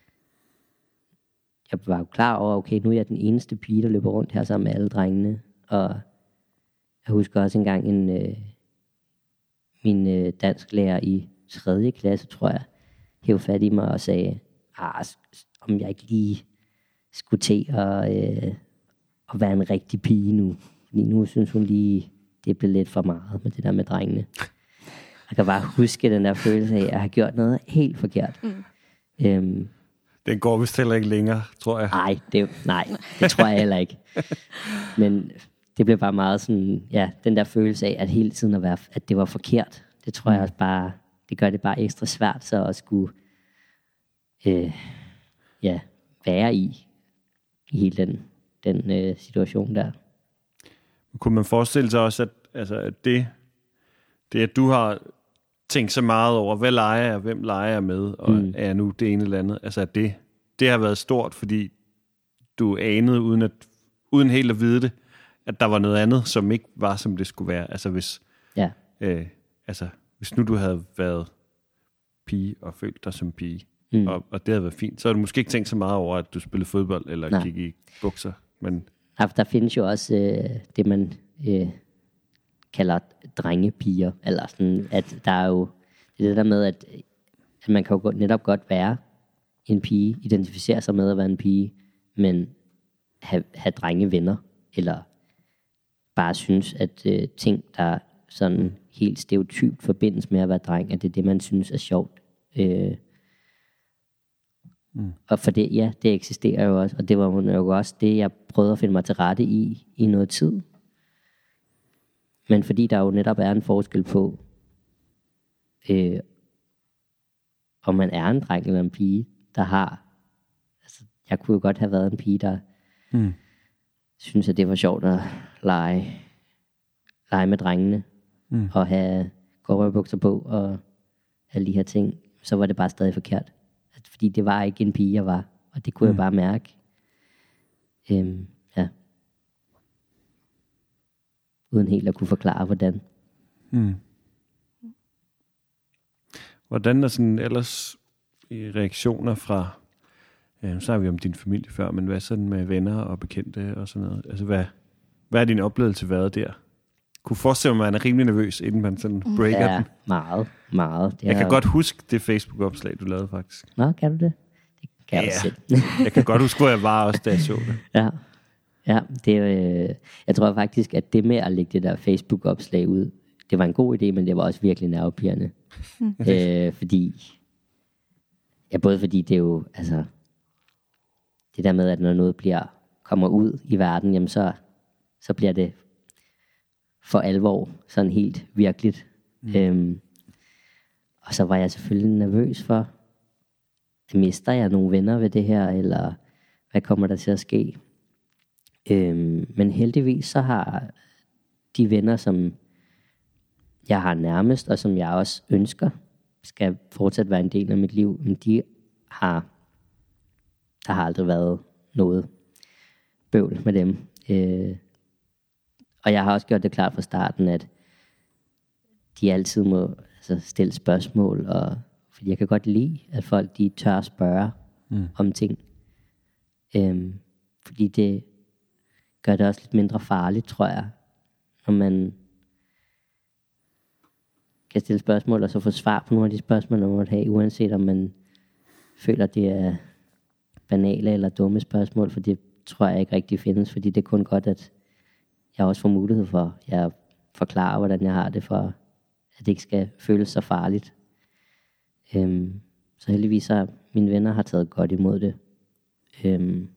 jeg var jo klar over, okay, nu er jeg den eneste pige, der løber rundt her sammen med alle drengene. Og jeg husker også engang en, øh, min øh, dansklærer i tredje klasse, tror jeg, hævde fat i mig og sagde, ah, om jeg ikke lige skulle til at, øh, at være en rigtig pige nu. Fordi nu synes hun lige, det blev lidt for meget med det der med drengene. Jeg kan bare huske den der følelse af, at jeg har gjort noget helt forkert. Mm. Øhm, Den går vist heller ikke længere, tror jeg. Nej, det, nej, det tror jeg heller ikke. Men det blev bare meget sådan, ja, den der følelse af, at hele tiden at, være, at det var forkert. Det tror jeg også bare, det gør det bare ekstra svært så at skulle øh, ja, være i, i hele den, den øh, situation der. Kunne man forestille sig også, at, altså, at det, det, at du har tænkt så meget over, hvad leger jeg, hvem leger jeg med, og mm. er jeg nu det ene eller andet, altså at det, det har været stort, fordi du anede, uden, at, uden helt at vide det, at der var noget andet, som ikke var, som det skulle være. Altså hvis, ja. øh, altså, hvis nu du havde været pige og følt dig som pige, mm. og, og det havde været fint, så havde du måske ikke tænkt så meget over, at du spillede fodbold, eller Nej. gik i bukser. Men ja, der findes jo også øh, det, man øh, kalder drengepiger, eller sådan, at der er jo det, det der med, at, at man kan jo netop godt være en pige, identificere sig med at være en pige, men have, have drengevenner, eller bare synes, at øh, ting, der sådan helt stereotypt forbindes med at være dreng, at det er det, man synes er sjovt. Øh, mm. Og for det, ja, det eksisterer jo også, og det var jo også det, jeg prøvede at finde mig til rette i, i noget tid. Men fordi der jo netop er en forskel på, øh, om man er en dreng eller en pige, der har, altså, jeg kunne jo godt have været en pige, der mm. synes, at det var sjovt at lege, lege med drengene, mm. og have cowboybukser på, og alle de her ting, så var det bare stadig forkert. Altså, fordi det var ikke en pige, jeg var, og det kunne mm. jeg bare mærke. Øhm, ja. Uden helt at kunne forklare, hvordan. Mm. Hvordan er sådan ellers reaktioner fra, ja, nu snakker vi om din familie før, men hvad sådan med venner og bekendte og sådan noget? Altså, hvad, hvad er din oplevelse været der? Kunne forestille mig, at man er rimelig nervøs, inden man sådan breaker ja, den? meget, meget. Det jeg kan jo... godt huske det Facebook-opslag, du lavede faktisk. Nå, kan du det? Det kan jeg ja, også selv. Jeg kan godt huske, hvor jeg var også, da jeg så det. Ja, ja det, øh, jeg tror faktisk, at det med at lægge det der Facebook-opslag ud, det var en god idé, men det var også virkelig nervepirrende. Mm. Øh, fordi, ja, både fordi det er jo, altså, det der med, at når noget bliver, kommer ud i verden, jamen så, så bliver det for alvor, sådan helt virkeligt. Mm. Øhm, og så var jeg selvfølgelig nervøs for, mister jeg nogle venner ved det her, eller hvad kommer der til at ske? Øhm, men heldigvis så har de venner, som jeg har nærmest, og som jeg også ønsker, skal fortsat være en del af mit liv, men de har, der har aldrig været noget bøvl med dem. Øh, og jeg har også gjort det klart fra starten, at de altid må altså, stille spørgsmål, og, fordi jeg kan godt lide, at folk de tør spørge mm. om ting. Øh, fordi det gør det også lidt mindre farligt, tror jeg, når man kan stille spørgsmål, og så få svar på nogle af de spørgsmål, man måtte have, uanset om man føler, det er banale eller dumme spørgsmål, for det tror jeg ikke rigtig findes, fordi det er kun godt, at jeg også får mulighed for, at jeg forklarer, hvordan jeg har det, for at det ikke skal føles så farligt. Øhm, så heldigvis så mine venner har taget godt imod det. Øhm,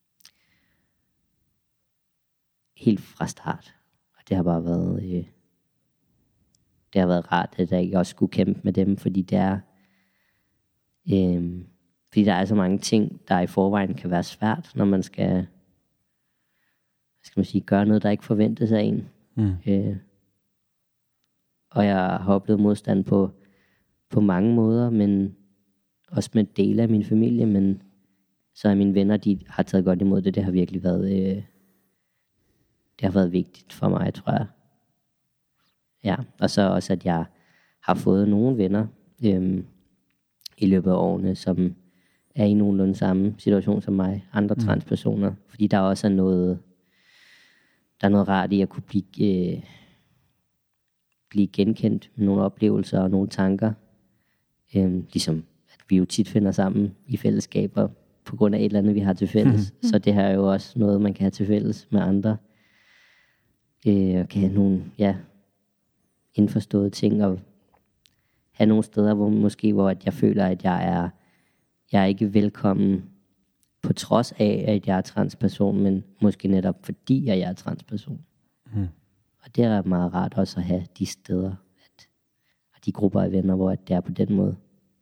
helt fra start. Og det har bare været... Øh, det har været rart, at jeg ikke også skulle kæmpe med dem, fordi det er, øh, fordi der er så mange ting, der i forvejen kan være svært, når man skal, hvad skal man sige, gøre noget, der ikke forventes af en. Mm. Øh, og jeg har oplevet modstand på, på mange måder, men også med dele af min familie, men så er mine venner, de har taget godt imod det. Det har virkelig været, øh, det har været vigtigt for mig, tror jeg. Ja, og så også, at jeg har fået nogle venner øhm, i løbet af årene, som er i nogenlunde samme situation som mig, andre mm. transpersoner. Fordi der også er noget, der er noget rart i at kunne blive, øh, blive genkendt med nogle oplevelser og nogle tanker. Øhm, ligesom, at vi jo tit finder sammen i fællesskaber på grund af et eller andet, vi har til fælles. Mm. Så det her er jo også noget, man kan have til fælles med andre. Øh, og kan have nogle, ja... indforståede ting, og have nogle steder, hvor måske, hvor at jeg føler, at jeg er, jeg er ikke velkommen, på trods af, at jeg er transperson, men måske netop fordi, at jeg er transperson. Mm. Og det er meget rart også at have de steder, at, og de grupper af venner, hvor det er på den måde.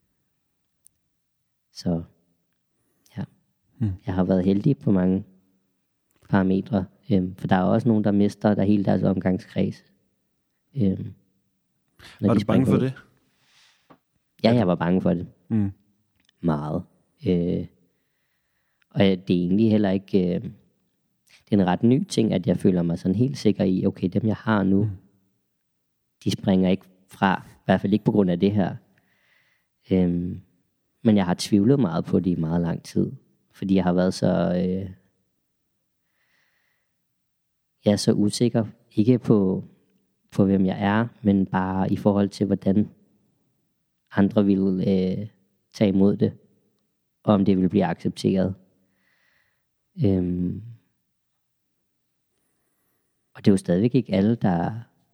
Så ja, mm. jeg har været heldig på mange parametre, øhm, for der er også nogen, der mister der hele deres omgangskreds. Øhm, var du bange for det? Ja, jeg var bange for det. Mm. Meget. Øh, og det er egentlig heller ikke... Øh, det er en ret ny ting, at jeg føler mig sådan helt sikker i, okay, dem jeg har nu, mm. de springer ikke fra, i hvert fald ikke på grund af det her. Øhm, men jeg har tvivlet meget på det i meget lang tid, fordi jeg har været så... Øh, jeg er så usikker, ikke på, på hvem jeg er, men bare i forhold til, hvordan andre vil øh, tage imod det, og om det vil blive accepteret. Øhm, og det er jo stadigvæk ikke alle, der,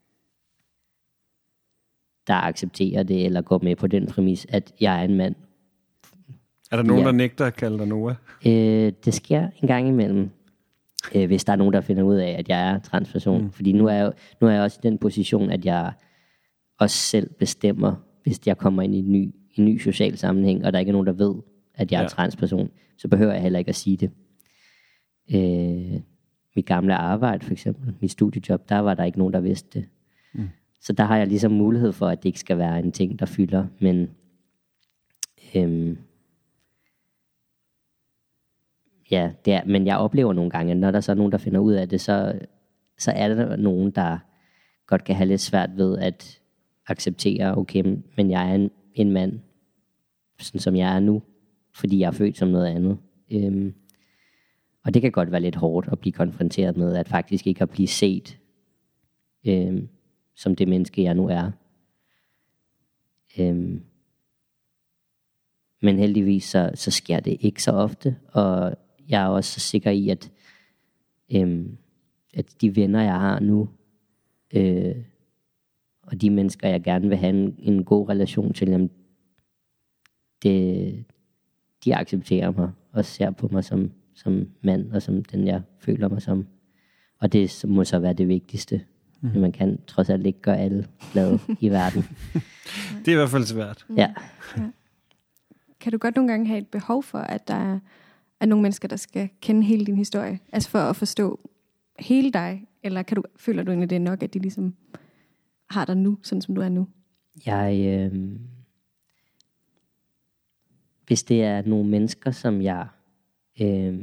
der accepterer det, eller går med på den præmis, at jeg er en mand. Er der nogen, ja. der nægter at kalde dig Noah? Øh, det sker en gang imellem, øh, hvis der er nogen, der finder ud af, at jeg er transperson. Mm. Fordi nu er, jeg, nu er jeg også i den position, at jeg også selv bestemmer, hvis jeg kommer ind i en ny, en ny social sammenhæng, og der ikke er nogen, der ved, at jeg er ja. transperson, så behøver jeg heller ikke at sige det. Øh, mit gamle arbejde for eksempel, mit studiejob, der var der ikke nogen, der vidste det. Mm. Så der har jeg ligesom mulighed for, at det ikke skal være en ting, der fylder. Men øhm, ja, det er, men jeg oplever nogle gange, at når der så er nogen, der finder ud af det, så, så er der nogen, der godt kan have lidt svært ved at acceptere, okay, men jeg er en, en mand, sådan som jeg er nu, fordi jeg er født som noget andet. Øhm, og det kan godt være lidt hårdt at blive konfronteret med, at faktisk ikke at blive set øhm, som det menneske, jeg nu er. Øhm, men heldigvis så, så sker det ikke så ofte, og jeg er også så sikker i, at, øhm, at de venner, jeg har nu, øh, og de mennesker, jeg gerne vil have en, en god relation til, jamen, det, de accepterer mig og ser på mig som, som mand, og som den, jeg føler mig som. Og det må så være det vigtigste. Mm. Man kan trods alt ikke gøre alle glade i verden. Det er i hvert fald svært. Ja. ja. Kan du godt nogle gange have et behov for, at der er, er nogle mennesker, der skal kende hele din historie? Altså for at forstå hele dig? Eller kan du, føler du egentlig, det er nok, at de ligesom har dig nu, sådan som du er nu? Jeg... Øh, hvis det er nogle mennesker, som jeg øh,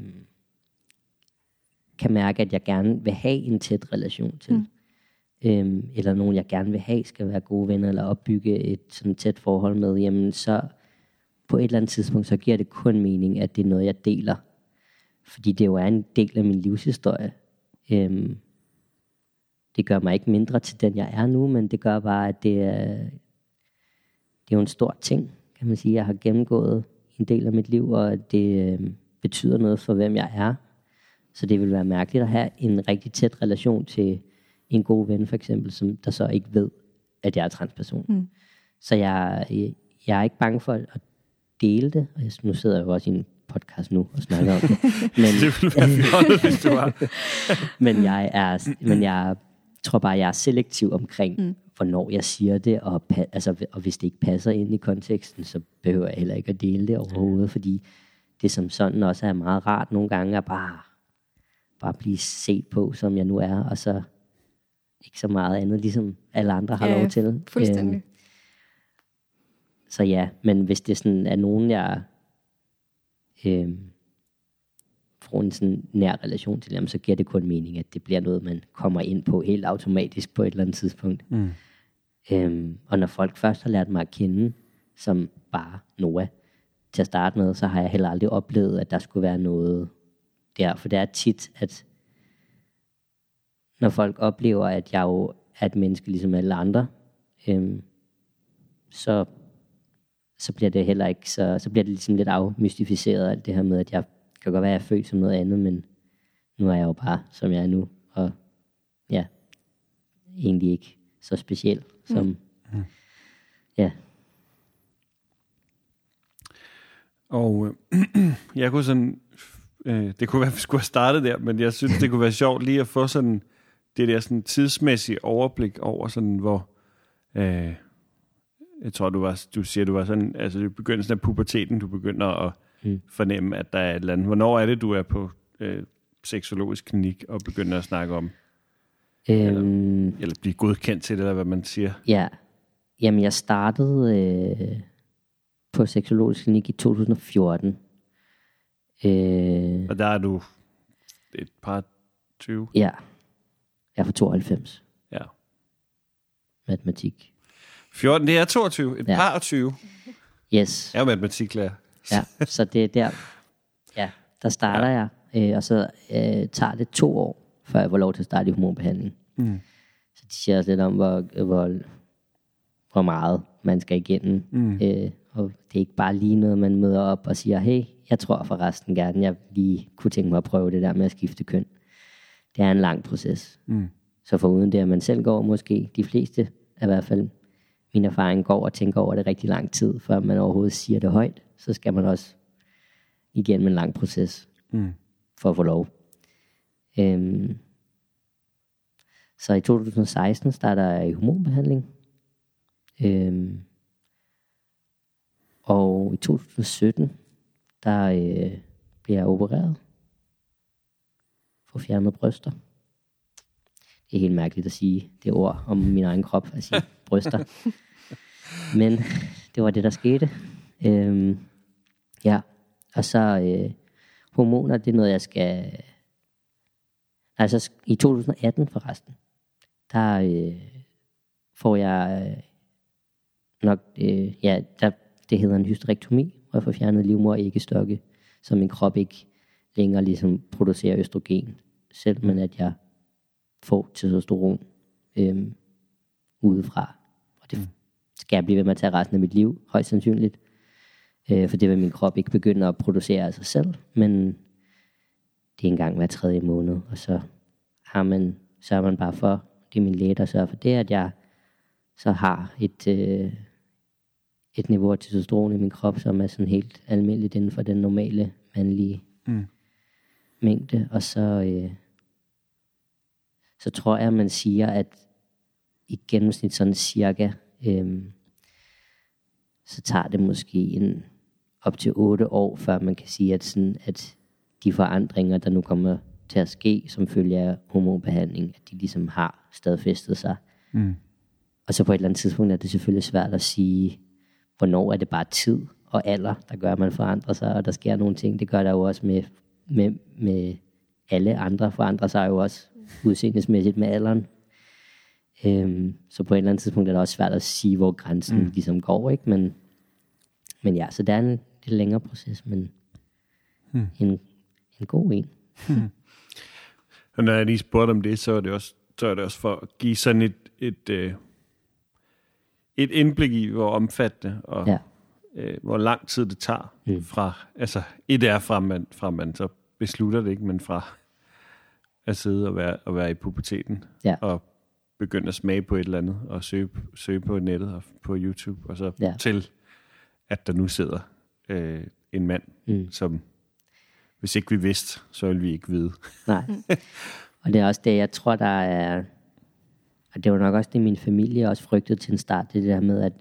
kan mærke, at jeg gerne vil have en tæt relation til, mm. øh, eller nogen, jeg gerne vil have, skal være gode venner, eller opbygge et sådan tæt forhold med, jamen så på et eller andet tidspunkt, så giver det kun mening, at det er noget, jeg deler. Fordi det jo er en del af min livshistorie. Øh, det gør mig ikke mindre til den, jeg er nu, men det gør bare, at det er, det er jo en stor ting, kan man sige. Jeg har gennemgået en del af mit liv, og det øh, betyder noget for, hvem jeg er. Så det vil være mærkeligt at have en rigtig tæt relation til en god ven, for eksempel, som der så ikke ved, at jeg er transperson. Mm. Så jeg, jeg er ikke bange for at dele det, og jeg, nu sidder jeg jo også i en podcast nu og snakker om det. Men, det ville være fjollet, hvis du var. men jeg er, men jeg tror bare, jeg er selektiv omkring, mm. hvornår jeg siger det, og, altså, og hvis det ikke passer ind i konteksten, så behøver jeg heller ikke at dele det overhovedet, fordi det som sådan også er meget rart nogle gange at bare, bare blive set på, som jeg nu er, og så ikke så meget andet, ligesom alle andre har ja, lov til. Fuldstændig. Øhm, så ja, men hvis det sådan er nogen, jeg øhm, får en sådan nær relation til, jamen, så giver det kun mening, at det bliver noget, man kommer ind på helt automatisk på et eller andet tidspunkt. Mm. Øhm, og når folk først har lært mig at kende, som bare Noah, til at starte med, så har jeg heller aldrig oplevet, at der skulle være noget der. For det er tit, at når folk oplever, at jeg jo er et menneske ligesom alle andre, øhm, så, så bliver det heller ikke, så, så bliver det ligesom lidt afmystificeret, alt det her med, at jeg kan godt være, at jeg er født som noget andet, men nu er jeg jo bare, som jeg er nu, og ja, egentlig ikke så speciel, som, mm. ja. Og øh, jeg kunne sådan, øh, det kunne være, at vi skulle have startet der, men jeg synes, det kunne være sjovt lige at få sådan, det der sådan tidsmæssige overblik over sådan, hvor, øh, jeg tror, du, var, du siger, du var sådan, altså i begyndelsen af puberteten, du begynder at mm. fornemme, at der er et eller andet. Hvornår er det, du er på øh, seksologisk klinik og begynder at snakke om, øhm, eller, eller blive godkendt til det, eller hvad man siger? Ja, jamen jeg startede øh, på seksologisk klinik i to tusind og fjorten. Øh, og der er du et par tyve? Ja, jeg er fra tooghalvfems. Ja. Matematik. fjorten, det er toogtyve. Et ja. par og tyve. Yes. Jeg er jo matematiklærer. Ja, så det er der, ja, der starter ja. jeg. Øh, og så øh, tager det to år, før jeg får lov til at starte i hormonbehandling. Mm. Så de siger også lidt om, hvor, hvor, hvor meget man skal igennem. Mm. Øh, og det er ikke bare lige noget, man møder op og siger, hey, jeg tror forresten gerne, jeg lige kunne tænke mig at prøve det der med at skifte køn. Det er en lang proces. Mm. Så foruden det, at man selv går måske, de fleste, i hvert fald min erfaring, går og tænker over det rigtig lang tid, før man overhovedet siger det højt, så skal man også igennem en lang proces mm. for at få lov. Øhm, så i to tusind og seksten starter jeg i hormonbehandling. Øhm, og i to tusind og sytten, der øh, bliver jeg opereret for fjernet bryster. Det er helt mærkeligt at sige det ord om min egen krop, at sige bryster. Men det var det, der skete. Øhm, ja, og så øh, hormoner, det er noget, jeg skal... Altså i to tusind og atten forresten, der øh, får jeg øh, nok... Øh, ja, der, det hedder en hysterektomi, hvor jeg får fjernet livmor og æggestokke, så min krop ikke længere ligesom producerer østrogen selv, men at jeg får testosteron øhm, udefra. Og det skal jeg blive ved med at tage resten af mit liv, højst sandsynligt. Øh, for det vil min krop ikke begynde at producere af sig selv, men det er engang hver tredje måned, og så har man, sørger man bare for, det er min læge, der sørger for det, at jeg så har et, øh, et niveau af testosteron i min krop, som er sådan helt almindeligt inden for den normale mandlige mm. mængde, og så... Øh, så tror jeg, at man siger, at i gennemsnit sådan cirka, øhm, så tager det måske en, op til otte år, før man kan sige, at, sådan, at de forandringer, der nu kommer til at ske, som følge af hormonbehandling, at de ligesom har stadfæstet sig. Mm. Og så på et eller andet tidspunkt er det selvfølgelig svært at sige, hvornår er det bare tid og alder, der gør, at man forandrer sig, og der sker nogle ting. Det gør der jo også med, med, med alle andre, forandrer sig jo også udseendesmæssigt med alderen. Øhm, så på et eller andet tidspunkt er det også svært at sige, hvor grænsen mm. ligesom går, ikke? Men, men ja, så det er en lidt længere proces, men mm. en, en god en. Mm. Og når jeg lige spurgte om det, så er det også, så er det også for at give sådan et, et, et, et indblik i, hvor omfattende og ja. øh, hvor lang tid det tager mm. fra, altså et er fra man, fra man så beslutter det ikke, men fra at sidde og være, og være i puberteten, ja. og begynde at smage på et eller andet, og søge, søge på nettet og på YouTube, og så ja. til, at der nu sidder øh, en mand, mm. som, hvis ikke vi vidste, så ville vi ikke vide. Nej, og det er også det, jeg tror, der er, og det var nok også det, min familie også frygtede til en start, det der med, at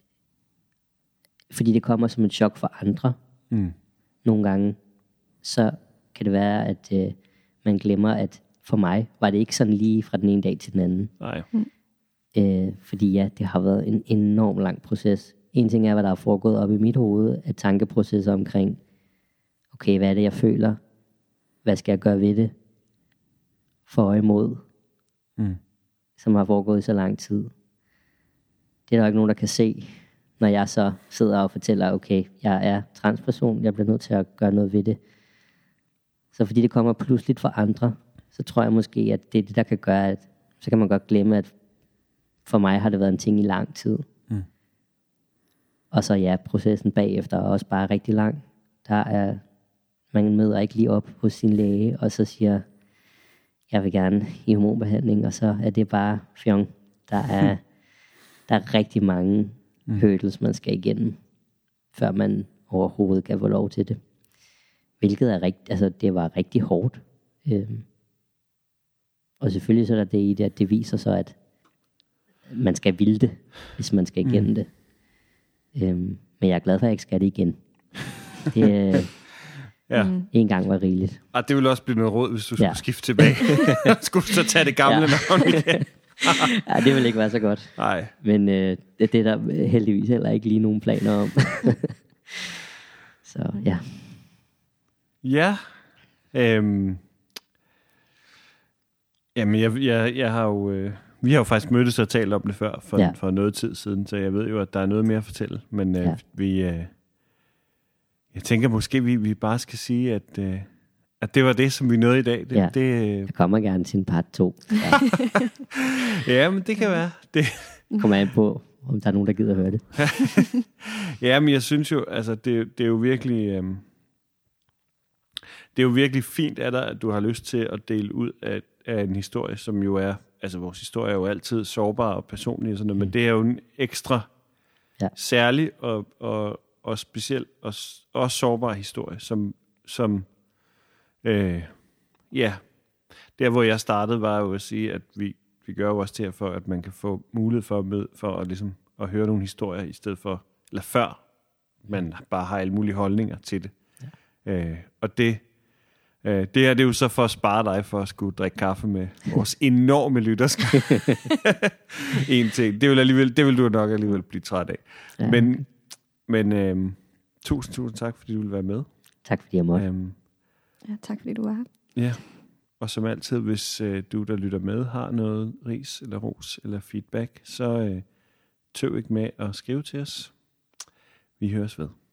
fordi det kommer som et chok for andre, mm. nogle gange, så kan det være, at øh, man glemmer, at for mig var det ikke sådan lige fra den ene dag til den anden. Nej. Mm. Øh, fordi ja, det har været en enorm lang proces. En ting er, hvad der er foregået op i mit hoved, af tankeprocesser omkring, okay, hvad er det, jeg føler? Hvad skal jeg gøre ved det? For og imod. Mm. Som har foregået i så lang tid. Det er der ikke nogen, der kan se, når jeg så sidder og fortæller, okay, jeg er transperson, jeg bliver nødt til at gøre noget ved det. Så fordi det kommer pludseligt fra andre, så tror jeg måske, at det er det, der kan gøre, at så kan man godt glemme, at for mig har det været en ting i lang tid. Mm. Og så ja, processen bagefter er også bare rigtig lang. Der er, man møder ikke lige op hos sin læge, og så siger, jeg vil gerne i hormonbehandling, og så er det bare fjong. Der er, der er rigtig mange mm. hurdles, man skal igennem, før man overhovedet kan få lov til det. Hvilket er rigtig, altså det var rigtig hårdt. Øhm. Og selvfølgelig så er der det i det, at det viser sig, at man skal ville det, hvis man skal igennem mm. det. Øhm, men jeg er glad for, at jeg ikke skal det igen. Det øh, Ja. Mm. en gang var rigeligt. Og det ville også blive noget råd, hvis du Ja. skulle skifte tilbage. Skulle du så tage det gamle Ja. navn igen? Ja, det vil ikke være så godt. Nej. Men øh, det, det er der heldigvis heller ikke lige nogen planer om. Så ja. Ja. Øhm. Jamen, jeg, jeg, jeg har jo... Øh, vi har jo faktisk mødtes og talt om det før, for, Ja. for noget tid siden, så jeg ved jo, at der er noget mere at fortælle. Men øh, Ja. vi... Øh, jeg tænker måske, vi, vi bare skal sige, at, øh, at det var det, som vi nåede i dag. Det, Ja. det, øh, Jeg kommer gerne til en part to. Ja. ja, men det kan være. Det, Kommer an på, om der er nogen, der gider at høre det. ja, men jeg synes jo, altså, det, det er jo virkelig... Øh, det er jo virkelig fint af dig, at du har lyst til at dele ud af, af en historie, som jo er... Altså, vores historie er jo altid sårbar og personlig og sådan noget, men det er jo en ekstra Ja. særlig og, og, og speciel og s- også sårbar historie, som... som øh, ja, der hvor jeg startede, var jo at sige, at vi, vi gør jo også til, for at man kan få mulighed for at møde, for at, ligesom, at høre nogle historier, i stedet for, eller før man bare har alle mulige holdninger til det. Ja. Øh, og det, øh, det er det er jo så for at spare dig for at skulle drikke kaffe med vores enorme lytterskab. En ting. Det vil, alligevel, det vil du nok alligevel blive træt af. Ja. Men, men øh, tusind, tusind tak, fordi du vil være med. Tak fordi jeg måtte. Øhm, Ja, tak fordi du var her. Ja, og som altid, hvis øh, du, der lytter med, har noget ris eller ros eller feedback, så øh, tøv ikke med at skrive til os. Vi høres ved.